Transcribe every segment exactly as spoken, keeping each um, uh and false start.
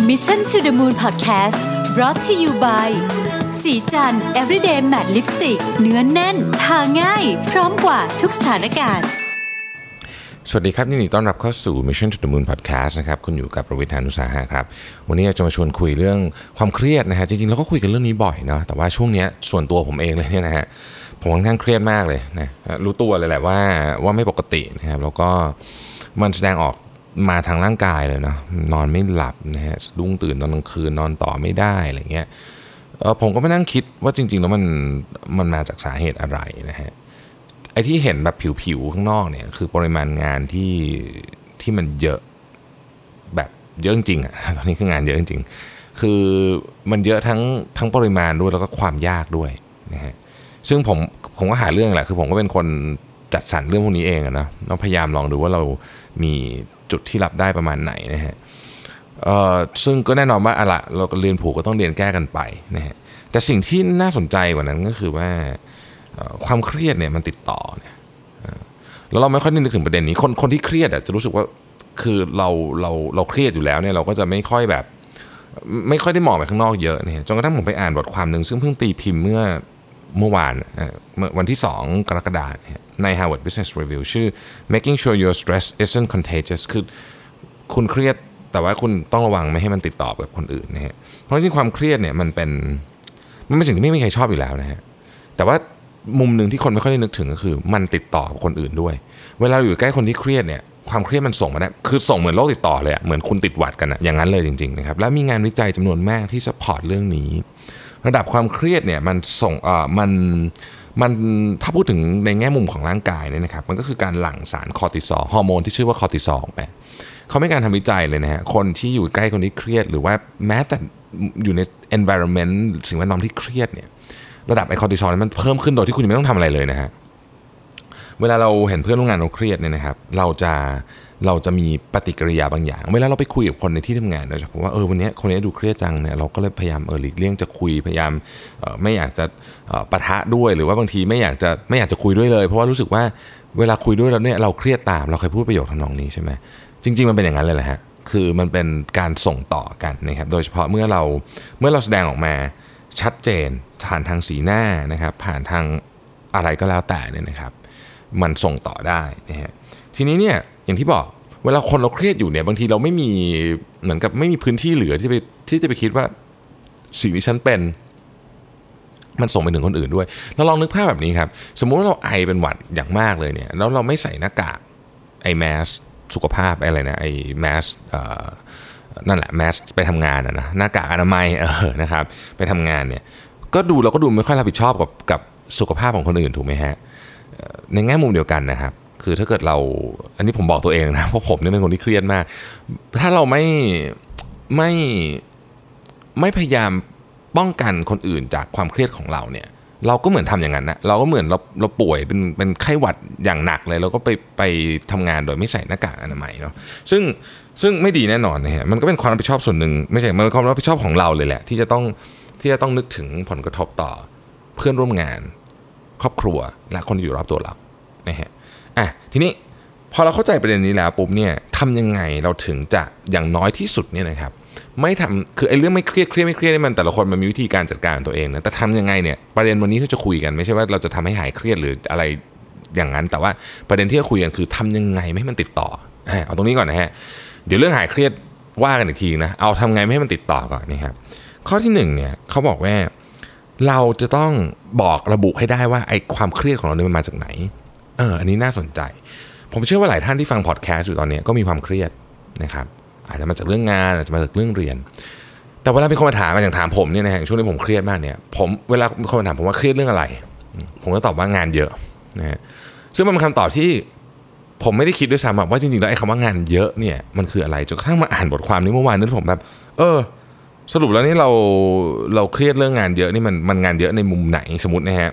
Mission to the Moon Podcast brought to you by สีจัน Everyday Matte Lipstick เนื้อนแน่นทาง่ายพร้อมกว่าทุกสถานการณ์สวัสดีครับยินดีต้อนรับเข้าสู่ Mission to the Moon Podcast นะครับคุณอยู่กับประวิทย์ หาญอุตสาหะครับวันนี้จะมาชวนคุยเรื่องความเครียดนะฮะจริงๆเราก็คุยกันเรื่องนี้บ่อยเนาะแต่ว่าช่วงนี้ส่วนตัวผมเองเลยเนี่ยนะฮะผมค่อนข้างเครียดมากเลยนะรู้ตัวเลยแหละว่าว่าไม่ปกตินะครับแล้วก็มันแสดงออกมาทางร่างกายเลยเนาะนอนไม่หลับนะฮะดุ้งตื่นตอนกลางคืนนอนต่อไม่ได้อะไรเงี้ยเออผมก็มานั่งคิดว่าจริงๆแล้วมันมันมาจากสาเหตุอะไรนะฮะไอ้ที่เห็นแบบผิวๆข้างนอกเนี่ยคือปริมาณงานที่ที่มันเยอะแบบเยอะจริงๆอ่ะตอนนี้คืองานเยอะจริงๆคือมันเยอะทั้งทั้งปริมาณด้วยแล้วก็ความยากด้วยนะฮะซึ่งผมผมก็หาเรื่องแหละคือผมก็เป็นคนจัดสรรเรื่องพวกนี้เองอะนะเราพยายามลองดูว่าเรามีจุดที่รับได้ประมาณไหนนะฮะเอ่อซึ่งก็แน่นอนว่าอะละเราก็เรียนผูกก็ต้องเรียนแก้กันไปนะฮะแต่สิ่งที่น่าสนใจกว่านั้นก็คือว่าความเครียดเนี่ยมันติดต่อเนี่ยแล้วเราไม่ค่อยได้นึกถึงประเด็นนี้คนคนที่เครียดอ่ะจะรู้สึกว่าคือเราเราเราเครียดอยู่แล้วเนี่ยเราก็จะไม่ค่อยแบบไม่ค่อยได้มองไปข้างนอกเยอะเนี่ยจนกระทั่งผมไปอ่านบทความนึงซึ่งเพิ่งตีพิมพ์เมื่อเมื่อวานเมื่อวันที่สองกรกฎาคมใน Harvard Business Review ชื่อ Making Sure Your Stress Isn't Contagious คือคุณเครียดแต่ว่าคุณต้องระวังไม่ให้มันติดต่อกับคนอื่นนะฮะเพราะจริงๆความเครียดเนี่ยมันเป็นมันเป็นสิ่งที่ไม่มีใครชอบอยู่แล้วนะฮะแต่ว่ามุมหนึ่งที่คนไม่ค่อยได้นึกถึงก็คือมันติดต่อกับคนอื่นด้วยเวลาอยู่ใกล้คนที่เครียดเนี่ยความเครียดมันส่งมาได้คือส่งเหมือนโรคติดต่อเลยอะเหมือนคุณติดหวัดกันอะอย่างนั้นเลยจริงๆนะครับและมีงานวิจัยจำนวนมากที่ซัพพอร์ตเรื่องนี้ระดับความเครียดเนี่ยมันส่งเอ่อมันมันถ้าพูดถึงในแง่มุมของร่างกายเนี่ยนะครับมันก็คือการหลั่งสารคอร์ติซอลฮอร์โมนที่ชื่อว่าคอร์ติซอลออกมาเขาไม่การทำวิจัยเลยนะฮะคนที่อยู่ใกล้คนที่เครียดหรือว่าแม้แต่อยู่ใน environment สิ่งแวดล้อมที่เครียดเนี่ยระดับไอคอร์ติซอลมันเพิ่มขึ้นโดยที่คุณไม่ต้องทำอะไรเลยนะฮะเวลาเราเห็นเพื่อนร่วมงานเราเครียดเนี่ยนะครับเราจะเราจะมีปฏิกิริยาบางอย่างเวลาเราไปคุยกับคนในที่ทำงานเราจะพบว่าเออวันนี้คนนี้ดูเครียดจังเนี่ยเราก็เลยพยายามเออหลีกเลี่ยงจะคุยพยายามเออไม่อยากจะปะทะด้วยหรือว่าบางทีไม่อยากจะไม่อยากจะคุยด้วยเลยเพราะว่ารู้สึกว่าเวลาคุยด้วยแล้วเนี่ยเราเครียดตามเราเคยพูดประโยคทำนองนี้ใช่ไหมจริงๆมันเป็นอย่างนั้นเลยแหละฮะคือมันเป็นการส่งต่อกันนะครับโดยเฉพาะเมื่อเราเมื่อเราแสดงออกมาชัดเจนผ่านทางสีหน้านะครับผ่านทางอะไรก็แล้วแต่เนี่ยนะครับมันส่งต่อได้นะฮะทีนี้เนี่ยอย่างที่บอกเวลาคนเราเครียดอยู่เนี่ยบางทีเราไม่มีเหมือนกับไม่มีพื้นที่เหลือที่ไปที่จะไปคิดว่าสิ่งที่ฉันเป็นมันส่งไปถึงคนอื่นด้วยเราลองนึกภาพแบบนี้ครับสมมุติว่าเราไอเป็นหวัดอย่างมากเลยเนี่ยแล้วเราไม่ใส่หน้ากากไอแมสสุขภาพอะไรนะไอแมสนั่นแหละแมสไปทำงานนะนะหน้ากากอนามัยเออนะครับไปทำงานเนี่ยก็ดูเราก็ดูไม่ค่อยรับผิดชอบกับกับสุขภาพของคนอื่นถูกไหมฮะในแง่มุมเดียวกันนะครับคือถ้าเกิดเราอันนี้ผมบอกตัวเองนะเพราะผมเนี่ยเป็นคนที่เครียดมากถ้าเราไม่ไม่ไม่พยายามป้องกันคนอื่นจากความเครียดของเราเนี่ยเราก็เหมือนทำอย่างนั้นนะเราก็เหมือนเราเราป่วยเป็นเป็นไข้หวัดอย่างหนักเลยเราก็ไปไปทำงานโดยไม่ใส่หน้ากากอนามัยเนาะซึ่งซึ่งไม่ดีแน่นอนนะฮะมันก็เป็นความรับผิดชอบส่วนหนึ่งไม่ใช่มันเป็นความรับผิดชอบของเราเลยแหละที่จะต้องที่จะต้องนึกถึงผลกระทบต่อเพื่อนร่วมงานครอบครัวและคนที่อยู่รอบตัวเรานะฮะอ่ะทีนี้พอเราเข้าใจประเด็นนี้แล้วปุ๊บเนี่ยทำยังไงเราถึงจะอย่างน้อยที่สุดเนี่ยนะครับไม่ทำคือไอ้เรื่องไม่เครียดเครียดไม่เครียดนี่มันแต่ละคนมันมีวิธีการจัดการตัวเองนะแต่ทำยังไงเนี่ยประเด็นวันนี้ที่จะคุยกันไม่ใช่ว่าเราจะทำให้หายเครียดหรืออะไรอย่างนั้นแต่ว่าประเด็นที่จะคุยกันคือทำยังไงไม่ให้มันติดต่อเอาตรงนี้ก่อนนะฮะเดี๋ยวเรื่องหายเครียดว่ากันอีกทีนะเอาทำไงไม่ให้มันติดต่อก่อนนะครับข้อที่หนึ่งเนี่ยเขาบอกว่าเราจะต้องบอกระบุให้ได้ว่าไอ้ความเครียดของเราเนี่ยมันมาจากไหนเอออันนี้น่าสนใจผมเชื่อว่าหลายท่านที่ฟังพอดแคสต์อยู่ตอนนี้ก็มีความเครียดนะครับอาจจะมาจากเรื่องงานอาจจะมาจากเรื่องเรียนแต่เวลามีคนมาถามมาอย่างถามผมเนี่ยนะฮะช่วงนี้ผมเครียดมากเนี่ยผมเวลาคนมาถามผมว่าเครียดเรื่องอะไรผมก็ตอบว่างานเยอะนะฮะซึ่งมันเป็นคำตอบที่ผมไม่ได้คิดด้วยซ้ำว่าจริงๆแล้วไอ้คำว่างานเยอะเนี่ยมันคืออะไรจนกระทั่งมาอ่านบทความนี้เมื่อวานนั้นผมแบบเออสรุปแล้วนี่เราเราเครียดเรื่องงานเยอะนี่มันมันงานเยอะในมุมไหนสมมตินะฮะ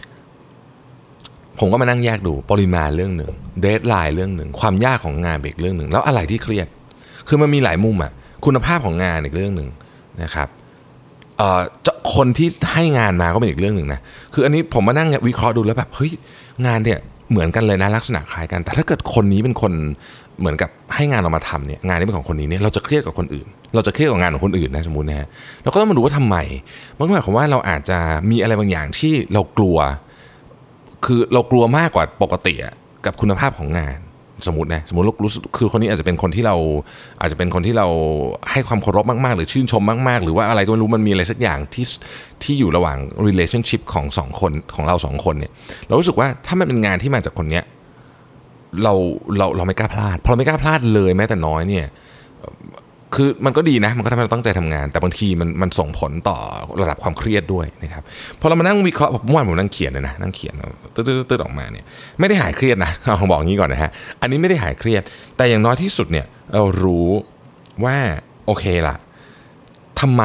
ผมก็มานั่งแยกดูปริมาณเรื่องหนึ่งเดดไลน์เรื่องหนึ่งความยากของงานอีกเรื่องหนึ่งแล้วอะไรที่เครียดคือมันมีหลายมุมอ่ะคุณภาพของงานอีกเรื่องหนึ่งนะครับเอ่อคนที่ให้งานมาก็เป็นอีกเรื่องหนึ่งนะคืออันนี้ผมมานั่งวิเคราะห์ดูแล้วแบบเฮ้ยงานเนี่ยเหมือนกันเลยนะลักษณะคล้ายกันแต่ถ้าเกิดคนนี้เป็นคนเหมือนกับให้งานเรามาทำเนี่ยงานนี้เป็นของคนนี้เนี่ยเราจะเครียดกับคนอื่นเราจะเครียดกับงานของคนอื่นนะสมมุตินะฮะเราก็ต้องมาดูว่าทำไมมันหมายความว่าเราอาจจะมีอะไรบางอย่างที่เรากลัวคือเรากลัวมากกว่าปกติกับคุณภาพของงานสมมตินะสมมติรู้สึกคือคนนี้อาจจะเป็นคนที่เราอาจจะเป็นคนที่เราให้ความเคารพมากๆหรือชื่นชมมากๆหรือว่าอะไรก็ไม่รู้มันมีอะไรสักอย่างที่ที่อยู่ระหว่าง relationship ของสองคนของเราสองคนเนี่ยเรารู้สึกว่าถ้ามันเป็นงานที่มาจากคนเนี้ยเราเราเราไม่กล้าพลาดพอเราไม่กล้าพลาดเลยแม้แต่น้อยเนี่ยคือมันก็ดีนะมันก็ทำให้เราตั้งใจทำงานแต่บางทีมันมันส่งผลต่อระดับความเครียดด้วยนะครับพอเรามานั่งวิเคราะห์เมื่อวานผมนั่งเขียนเลยนะนั่งเขียนตืดๆออกมาเนี่ยไม่ได้หายเครียดนะเอาบอกงี้ก่อนนะฮะอันนี้ไม่ได้หายเครียดแต่อย่างน้อยที่สุดเนี่ยเรารู้ว่าโอเคล่ะทำไม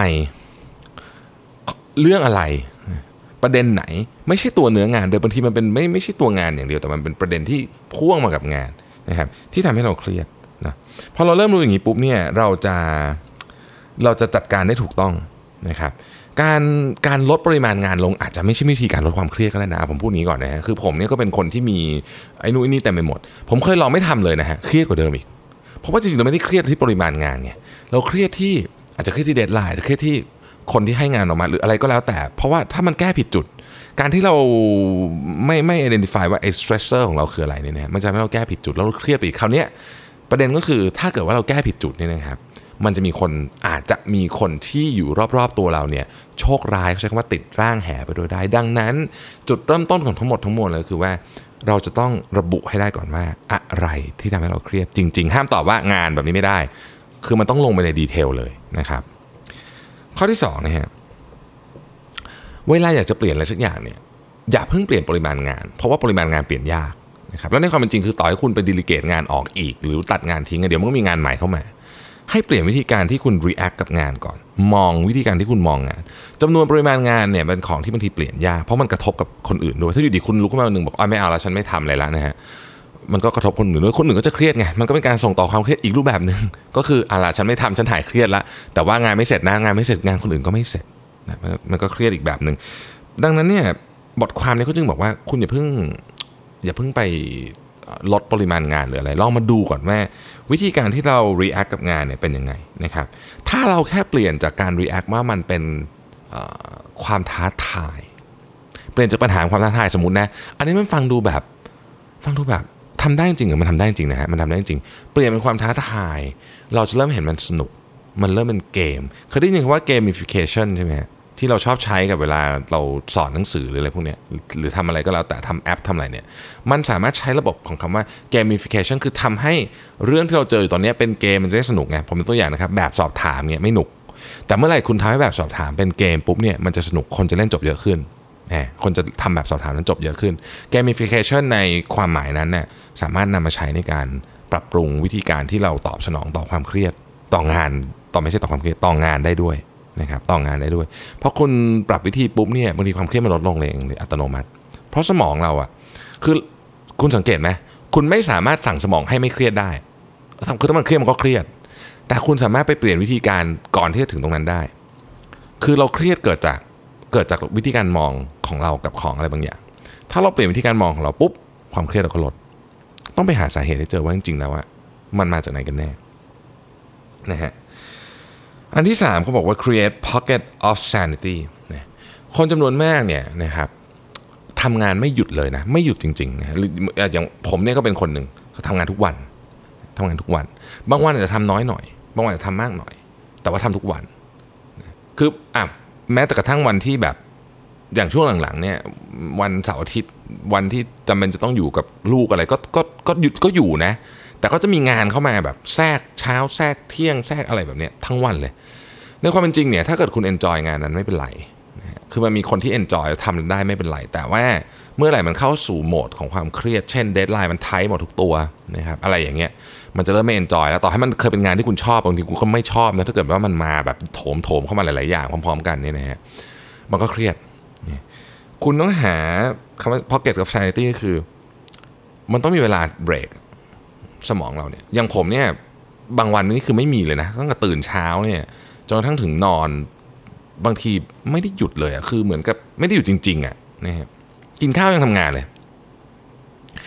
เรื่องอะไรประเด็นไหนไม่ใช่ตัวเนื้องานโดยบางทีมันเป็นไม่ไม่ใช่ตัวงานอย่างเดียวแต่มันเป็นประเด็นที่พ่วงมากับงานนะครับที่ทำให้เราเครียดนะพอเราเริ่มรู้อย่างนี้ปุ๊บเนี่ยเราจะเราจะจัดการได้ถูกต้องนะครับการการลดปริมาณงานลงอาจจะไม่ใช่วิธีการลดความเครียดก็ได้นะผมพูดนี้ก่อนนะฮะคือผมเนี่ยก็เป็นคนที่มีไอ้นู่นนี่เต็มไปหมดผมเคยลองไม่ทำเลยนะฮะเครียดกว่าเดิมอีกเพราะว่าจริงๆเราไม่ได้เครียดที่ปริมาณงานไงเราเครียดที่อาจจะเครียดที่เดดไลน์จะเครียดที่คนที่ให้งานออกมาหรืออะไรก็แล้วแต่เพราะว่าถ้ามันแก้ผิดจุดการที่เราไม่ไม่ identify ว่าไอ้ stressor ของเราคืออะไรเนี่ยนะมันจะทำให้เราแก้ผิดจุดแล้วเราเครียดไปอีกคราวนี้ประเด็นก็คือถ้าเกิดว่าเราแก้ผิดจุดเนี่ยนะครับมันจะมีคนอาจจะมีคนที่อยู่รอบๆตัวเราเนี่ยโชคร้ายเขาใช้คำว่าติดร่างแหไปโดยได้ดังนั้นจุดเริ่มต้นของทั้งหมดทั้งมวลเลยคือว่าเราจะต้องระบุให้ได้ก่อนว่าอะไรที่ทำให้เราเครียดจริงๆห้ามตอบว่างานแบบนี้ไม่ได้คือมันต้องลงไปในดีเทลเลยนะครับข้อที่สองนะฮะเวลาอยากจะเปลี่ยนอะไรสักอย่างเนี่ยอย่าเพิ่งเปลี่ยนปริมาณงานเพราะว่าปริมาณงานเปลี่ยนยากนะครับแล้วในความเป็นจริงคือต่อให้คุณไปดีลิเกตงานออกอีกหรือตัดงานทิ้งเดี๋ยวมันก็มีงานใหม่เข้ามาให้เปลี่ยนวิธีการที่คุณ react กับงานก่อนมองวิธีการที่คุณมองงานจำนวนปริมาณงานเนี่ยเป็นของที่บางทีเปลี่ยนยากเพราะมันกระทบกับคนอื่นด้วยถ้าอยู่ดีคุณลุกขึ้นมาหนึ่งบอกอ๋อไม่เอาแล้วฉันไม่ทำอะไรแล้วนะฮะมันก็กระทบคนอื่นด้วยคนอื่นก็จะเครียดไงมันก็เป็นการส่งต่อความเครียดอีกรูปแบบนึงก็คืออะไรฉันไม่ทำฉันหายเครียดแล้วแต่ว่างานไม่เสร็จนะงานไม่เสร็จงานคนอื่นก็ไม่เสร็จนะมันก็เครียดอีกแบบนึงดังนั้นเนี่ยบทความนี้เขาจึงบอกว่าคุณอย่าเพิ่งอย่าเพิ่งไปลดปริมาณงานหรืออะไรลองมาดูก่อนว่าวิธีการที่เรา react กับงานเนี่ยเป็นยังไงนะครับถ้าเราแค่เปลี่ยนจากการ react ว่ามันเป็นความท้าทายเปลี่ยนจากปัญหาความท้าทายสมมุตินะอันนี้มันฟังดูแบบฟังดูแบบทำได้จริงหรือมันทำได้จริงนะฮะมันทำได้จริงเปลี่ยนเป็นความท้าทายเราจะเริ่มเห็นมันสนุกมันเริ่มเป็นเกมเคยได้ยินคำว่า gamification ใช่ไหมที่เราชอบใช้กับเวลาเราสอนหนังสือหรืออะไรพวกนี้หรือทำอะไรก็แล้วแต่ทำแอปทำอะไรเนี่ยมันสามารถใช้ระบบของคำว่า gamification คือทำให้เรื่องที่เราเจออยู่ตอนนี้เป็นเกมมันจะได้สนุกไงผมเป็นตัวอย่างนะครับแบบสอบถามเนี่ยไม่หนุกแต่เมื่อไหร่คุณทำให้แบบสอบถามเป็นเกมปุ๊บเนี่ยมันจะสนุกคนจะเล่นจบเยอะขึ้นคนจะทำแบบสอบถามนั้นจบเยอะขึ้น gamification ในความหมายนั้นเนี่ยสามารถนำมาใช้ในการปรับปรุงวิธีการที่เราตอบสนองต่อความเครียดต่องานต่อไม่ใช่ต่อความเครียดต่องานได้ด้วยนะครับต่องานได้ด้วยเพราะคุณปรับวิธีปุ๊บเนี่ยบางทีความเครียดมันลดลงเองเลยอัตโนมัติเพราะสมองเราอะคือคุณสังเกตไหมคุณไม่สามารถสั่งสมองให้ไม่เครียดได้คือถ้ามันเครียดมันก็เครียดแต่คุณสามารถไปเปลี่ยนวิธีการก่อนที่จะถึงตรงนั้นได้คือเราเครียดเกิดจากเกิดจากวิธีการมองของเรากับของอะไรบางอย่างถ้าเราเปลี่ยนวิธีการมองของเราปุ๊บความเครียดเราก็ลดต้องไปหาสาเหตุให้เจอว่าจริงๆแล้วว่ามันมาจากไหนกันแน่นะฮะอันที่สามเขาบอกว่า create pocket of sanity นะคนจำนวนมากเนี่ยนะครับทำงานไม่หยุดเลยนะไม่หยุดจริงๆนะอย่างผมเนี่ยก็เป็นคนหนึ่งทำงานทุกวันทำงานทุกวันบางวันอาจจะทำน้อยหน่อยบางวันอาจจะทำมากหน่อยแต่ว่าทำทุกวันคืออ่ะแม้แต่กระทั่งวันที่แบบอย่างช่วงหลังๆเนี่ยวันเสาร์อาทิตย์วันที่จำเป็นจะต้องอยู่กับลูกอะไรก็ก็ก็หยุดก็อยู่นะแต่ก็จะมีงานเข้ามาแบบแทรกเช้าแทรกเที่ยงแทรกอะไรแบบเนี้ยทั้งวันเลยในความเป็นจริงเนี่ยถ้าเกิดคุณเอนจอยงานนั้นไม่เป็นไรนะคือมันมีคนที่เอนจอยทำได้ไม่เป็นไรแต่ว่าเมื่อไหร่มันเข้าสู่โหมดของความเครียดเช่นเดดไลน์มันไทท์หมดทุกตัวนะครับอะไรอย่างเงี้ยมันจะเริ่มไม่เอนจอยแล้วต่อให้มันเคยเป็นงานที่คุณชอบบางทีคุณก็ไม่ชอบนะถ้าเกิดว่ามันมาแบบโถมโถมเข้ามาหลายๆอย่างพร้อมๆกันเนี่ยนะฮะมันก็เครียดคุณต้องหาคำว่า pocket of sanity ก็คือมันต้องมีเวลาเบรกสมองเราเนี่ยอย่างผมเนี่ยบางวันนี่คือไม่มีเลยนะตั้งแต่ตื่นเช้าเนี่ยจนกระทั่งถึงนอนบางทีไม่ได้หยุดเลยอ่ะคือเหมือนกับไม่ได้หยุดจริงๆอ่ะนะฮะกินข้าวยังทำงานเลย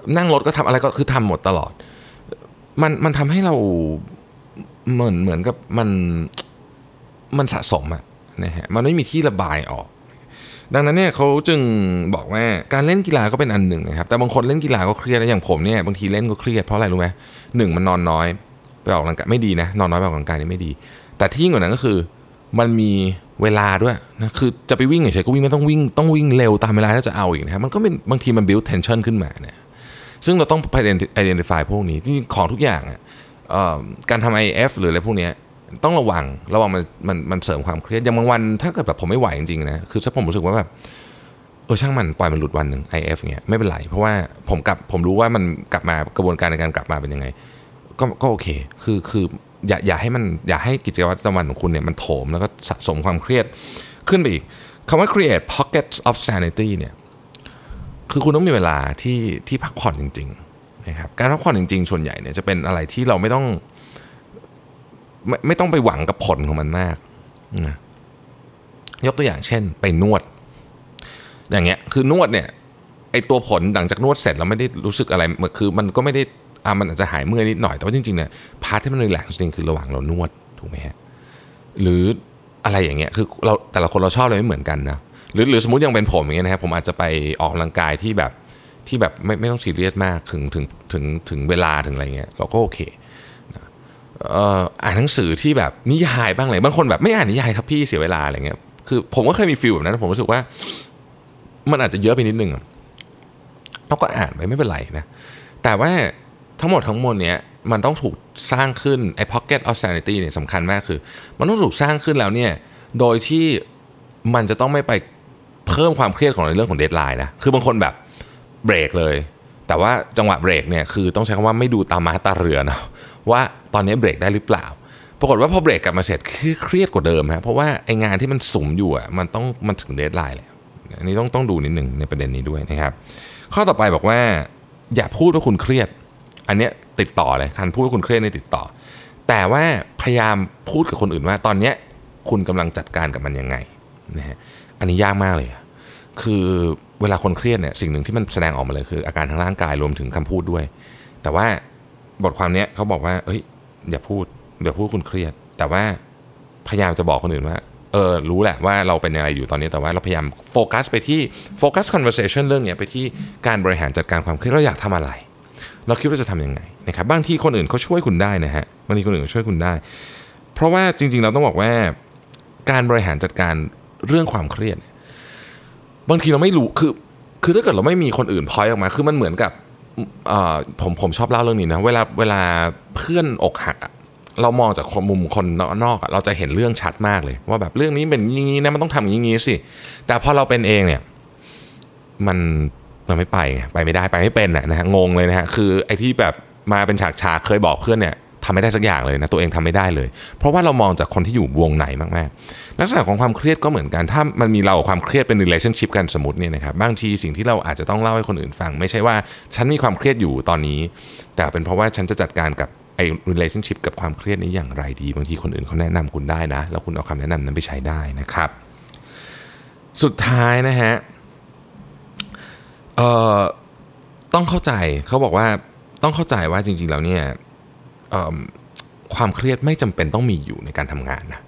นั่งรถก็ทำอะไรก็คือทำหมดตลอดมันมันทำให้เราเหมือนเหมือนกับมันมันสะสมอะนะฮะมันไม่มีที่ระบายออกดังนั้นเนี่ยเขาจึงบอกว่าการเล่นกีฬาก็เป็นอันหนึ่งนะครับแต่บางคนเล่นกีฬาก็เครียดนะอย่างผมเนี่ยบางทีเล่นก็เครียดเพราะอะไรรู้ไหมหนึ่งมันนอนน้อยไปออกกำลังกายไม่ดีนะนอนน้อยไปออกกำลังกายนี่ไม่ดีแต่ที่ยิ่งกว่านั้นก็คือมันมีเวลาด้วยนะคือจะไปวิ่งเฉยๆก็วิ่งไม่ต้องวิ่งต้องวิ่งเร็วตามเวลาถ้าจะเอาอีกนะครับมันก็เป็นบางทีมัน build tension ขึ้นมาเนี่ยซึ่งเราต้องไป identify พวกนี้ที่ของทุกอย่างอ่ะการทำ ไอ เอฟ หรืออะไรพวกนี้ต้องระวังระวังมันมันมันเสริมความเครียดอย่างบางวันถ้าเกิดแบบผมไม่ไหวจริงๆนะคือถ้าผมรู้สึกว่าแบบเออช่างมันปล่อยมันหลุดวันหนึ่ง ไอ เอฟ เงี้ยไม่เป็นไรเพราะว่าผมกลับผมรู้ว่ามันกลับมากระบวนการในการกลับมาเป็นยังไงก็ก็โอเคคือคืออย่าอย่าให้มันอย่าให้กิจวัตรประจำวันของคุณเนี่ยมันโถมแล้วก็สะสมความเครียดขึ้นไปอีกคำว่า create pockets of sanity เนี่ยคือคุณต้องมีเวลาที่ที่พักผ่อนจริงๆนะครับการพักผ่อนจริงๆส่วนใหญ่เนี่ยจะเป็นอะไรที่เราไม่ต้องไม่ไม่ต้องไปหวังกับผลของมันมากนะยกตัวอย่างเช่นไปนวดอย่างเงี้ยคือนวดเนี่ยไอตัวผลหลังจากนวดเสร็จเราไม่ได้รู้สึกอะไรคือมันก็ไม่ได้อ่ะมันอาจจะหายเมื่อยนิดหน่อยแต่ว่าจริงๆเนี่ยพาร์ทที่มันรีแลกซ์จริงคือระหว่างเรานวดถูกไหมฮะหรืออะไรอย่างเงี้ยคือเราแต่ละคนเราชอบอะไรไม่เหมือนกันนะหรือหรือสมมุติยังเป็นผมอย่างเงี้ยนะครับผมอาจจะไปออกกำลังกายที่แบบที่แบบไม่ไม่ต้องซีเรียสมากถึงถึงถึงถึงเวลาถึงอะไรเงี้ยเราก็โอเคนะเอ่ออ่านหนังสือที่แบบนิยายบ้างเลยบางคนแบบไม่อ่านนิยายครับพี่เสียเวลาอะไรเงี้ยคือผมก็เคยมีฟีลแบบนั้นผมรู้สึกว่ามันอาจจะเยอะไปนิดนึงเราก็อ่านไปไม่เป็นไรนะแต่ว่าทั้งหมดทั้งมวลเนี้ยมันต้องถูกสร้างขึ้นไอ้ pocket of sanity เนี่ยสำคัญมากคือมันต้องถูกสร้างขึ้นแล้วเนี่ยโดยที่มันจะต้องไม่ไปเพิ่มความเครียดของในเรื่องของเดดไลน์นะคือบางคนแบบเบรกเลยแต่ว่าจังหวะเบรกเนี่ยคือต้องใช้คำว่าไม่ดูตาม้าตาเรือนะว่าตอนนี้เบรกได้หรือเปล่าปรากฏว่าพอเบรกกลับมาเสร็จเครียดกว่าเดิมฮะเพราะว่าไอ้งานที่มันสุมอยู่อ่ะมันต้องมันถึงเดดไลน์แล้วอันนี้ต้องต้องดูนิดนึงในประเด็นนี้ด้วยนะครับข้อต่อไปบอกว่าอย่าพูดว่าคุณเครียดอันเนี้ยติดต่อเลยการพูดว่าคุณเครียดในติดต่อแต่ว่าพยายามพูดกับคนอื่นว่าตอนเนี้ยคุณกำลังจัดการกับมันยังไงนะฮะอันนี้ยากมากเลยคือเวลาคนเครียดเนี่ยสิ่งหนึ่งที่มันแสดงออกมาเลยคืออาการทางร่างกายรวมถึงคำพูดด้วยแต่ว่าบทความนี้เขาบอกว่าเอ้ยอย่าพูดอย่าพูดคุณเครียดแต่ว่าพยายามจะบอกคนอื่นว่าเออรู้แหละว่าเราเป็นอะไรอยู่ตอนนี้แต่ว่าเราพยายามโฟกัสไปที่โฟกัส conversation เรื่องนี้ไปที่การบริหารจัดการความเครียดเราอยากทำอะไรเราคิดว่าจะทำยังไงนะครับบางทีคนอื่นเขาช่วยคุณได้นะฮะบางทีคนอื่นช่วยคุณได้เพราะว่าจริงๆเราต้องบอกว่าการบริหารจัดการเรื่องความเครียดบางทีเราไม่รู้คือคือถ้าเกิดเราไม่มีคนอื่นพอยออกมาคือมันเหมือนกับผมผมชอบเล่าเรื่องนี้นะเวลาเวลาเพื่อนอกหักเรามองจากมุมคนนอกเราจะเห็นเรื่องชัดมากเลยว่าแบบเรื่องนี้เป็นอย่างนี้นะมันต้องทำอย่างนี้สิแต่พอเราเป็นเองเนี่ยมันมันไม่ไปไงไปไม่ได้ไปไม่เป็นนะฮะงงเลยนะฮะคือไอ้ที่แบบมาเป็นฉากๆเคยบอกเพื่อนเนี่ยทำไม่ได้สักอย่างเลยนะตัวเองทำไม่ได้เลยเพราะว่าเรามองจากคนที่อยู่วงไหนมากๆลักษณะของความเครียดก็เหมือนกันถ้ามันมีเราความเครียดเป็น relationship กันสมมติเนี่ยนะครับบางทีสิ่งที่เราอาจจะต้องเล่าให้คนอื่นฟังไม่ใช่ว่าฉันมีความเครียดอยู่ตอนนี้แต่เป็นเพราะว่าฉันจะจัดการกับไอ้ relationship กับความเครียดนี้อย่างไรดีบางทีคนอื่นเขาแนะนำคุณได้นะแล้วคุณเอาคำแนะนำนั้นไปใช้ได้นะครับสุดท้ายนะฮะเอ่อต้องเข้าใจเขาบอกว่าต้องเข้าใจว่าจริงๆแล้วเนี่ยความเครียดไม่จำเป็นต้องมีอยู่ในการทำงานนะ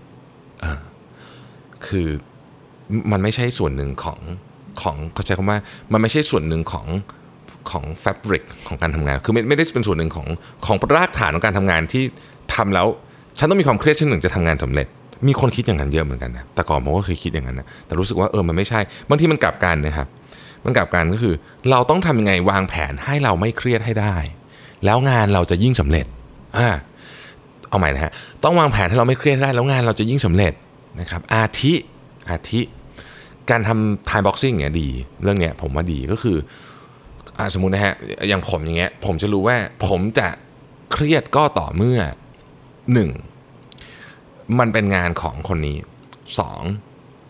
คือมันไม่ใช่ส่วนหนึ่งของของเขาใช้คำว่ามันไม่ใช่ส่วนหนึ่งของของแฟบริกของการทำงานคือไม่ไม่ได้เป็นส่วนหนึ่งของของรากฐานของการทำงานที่ทำแล้วฉันต้องมีความเครียดเช่นหนึ่งจะทำงานสำเร็จมีคนคิดอย่างนั้นเยอะเหมือนกันนะแต่ก่อนผมก็เคยคิดอย่างนั้นนะแต่รู้สึกว่าเออมันไม่ใช่บางทีมันกลับกันนะครับมันกลับกันก็คือเราต้องทำยังไงวางแผนให้เราไม่เครียดให้ได้แล้วงานเราจะยิ่งสำเร็จอ่าเอาใหม่นะฮะต้องวางแผนให้เราไม่เครียดได้แล้วงานเราจะยิ่งสำเร็จนะครับอาทิอาทิการทำ time boxing เนี่ยดีเรื่องเนี้ยผมว่าดีก็คือสมมุตินะฮะอย่างผมอย่างเงี้ยผมจะรู้ว่าผมจะเครียดก็ต่อเมื่อหนึ่งมันเป็นงานของคนนี้สอง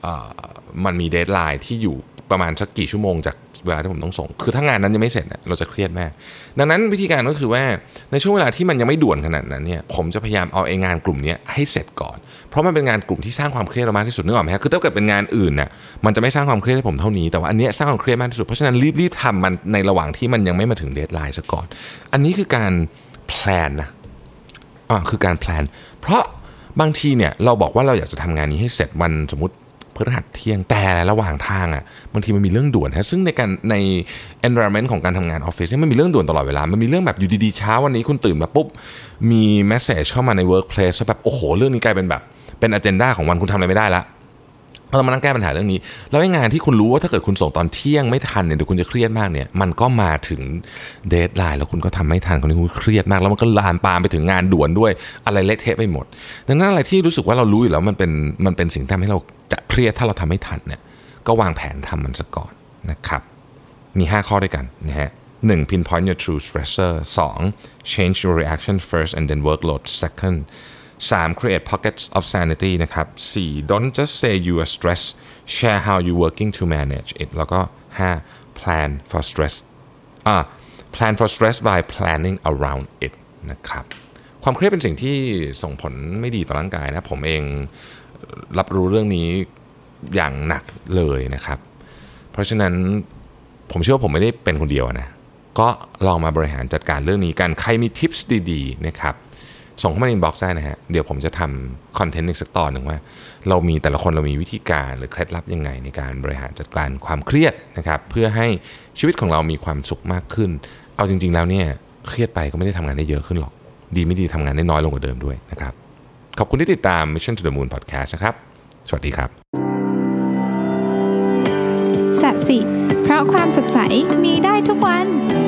มันมีเดดไลน์ที่อยู่ประมาณสักกี่ชั่วโมงจากเวลาที่ผมต้องส่งคือถ้างานนั้นยังไม่เสร็จเราจะเครียดมากดังนั้นวิธีการก็คือว่าในช่วงเวลาที่มันยังไม่ด่วนขนาดนั้นเนี่ยผมจะพยายามเอาไอ้งานกลุ่มนี้ให้เสร็จก่อนเพราะมันเป็นงานกลุ่มที่สร้างความเครียดเรามากที่สุดนึกออกไหมครับคือถ้าเกิดเป็นงานอื่นน่ะมันจะไม่สร้างความเครียดให้ผมเท่านี้แต่ว่าอันนี้สร้างความเครียดมากที่สุดเพราะฉะนั้นรีบๆทำมันในระหว่างที่มันยังไม่มาถึงเดดไลน์ซะก่อนอันนี้คือการแพลนนะอ่าคือการแพลนเพราะบางทีเนี่ยเราบอกว่าเราอยากจะทำงานนี้ให้เสร็จวันสมมติพฤหัสเที่ยงแต่ระหว่างทางอ่ะบางทีมันมีเรื่องด่วนฮะซึ่งในการใน environment ของการทำงานออฟฟิศเนี่ยมันมีเรื่องด่วนตลอดเวลามันมีเรื่องแบบอยู่ดีๆเช้าวันนี้คุณตื่นมาปุ๊บมี message เข้ามาใน workplace แบบโอ้โหเรื่องนี้กลายเป็นแบบเป็น agenda ของวันคุณทำอะไรไม่ได้ละเรามานั่งแก้ปัญหาเรื่องนี้แล้วไอ้งานที่คุณรู้ว่าถ้าเกิดคุณส่งตอนเที่ยงไม่ทันเนี่ยเดี๋ยวคุณจะเครียดมากเนี่ยมันก็มาถึงเดดไลน์แล้วคุณก็ทำไม่ทันคนนี้คุณเครียดมากแล้วมันก็ลามปามไปถึงงานด่วนด้วยอะไรเละเทะไปหมดดังนั้นอะไรที่รู้สึกว่าเรารู้อยู่แล้วมันเป็นมันเป็นสิ่งที่ทำให้เราจะเครียดถ้าเราทำไม่ทันเนี่ยก็วางแผนทำมันซะก่อนนะครับมีห้าข้อด้วยกันนะฮะหนึ่ง pinpoint your true stressor สอง change your reaction first and then workload second three create pockets of sanity นะครับfour don't just say you are stressed share how you working to manage it แล้วก็five plan for stress อ่า plan for stress by planning around it นะครับความเครียดเป็นสิ่งที่ส่งผลไม่ดีต่อร่างกายนะผมเองรับรู้เรื่องนี้อย่างหนักเลยนะครับเพราะฉะนั้นผมเชื่อว่าผมไม่ได้เป็นคนเดียวนะก็ลองมาบริหารจัดการเรื่องนี้กันใครมีทิปส์ดีๆนะครับส่งเข้ามาในอินบ็อกซ์ได้นะฮะเดี๋ยวผมจะทำคอนเทนต์อีกสักตอนหนึ่งว่าเรามีแต่ละคนเรามีวิธีการหรือเคล็ดลับยังไงในการบริหารจัดการความเครียดนะครับเพื่อให้ชีวิตของเรามีความสุขมากขึ้นเอาจริงๆแล้วเนี่ยเครียดไปก็ไม่ได้ทำงานได้เยอะขึ้นหรอกดีไม่ดีทำงานได้น้อยลงกว่าเดิมด้วยนะครับขอบคุณที่ติดตาม Mission to the Moon Podcast นะครับสวัสดีครับสัสิเพราะความสดใสมีได้ทุกวัน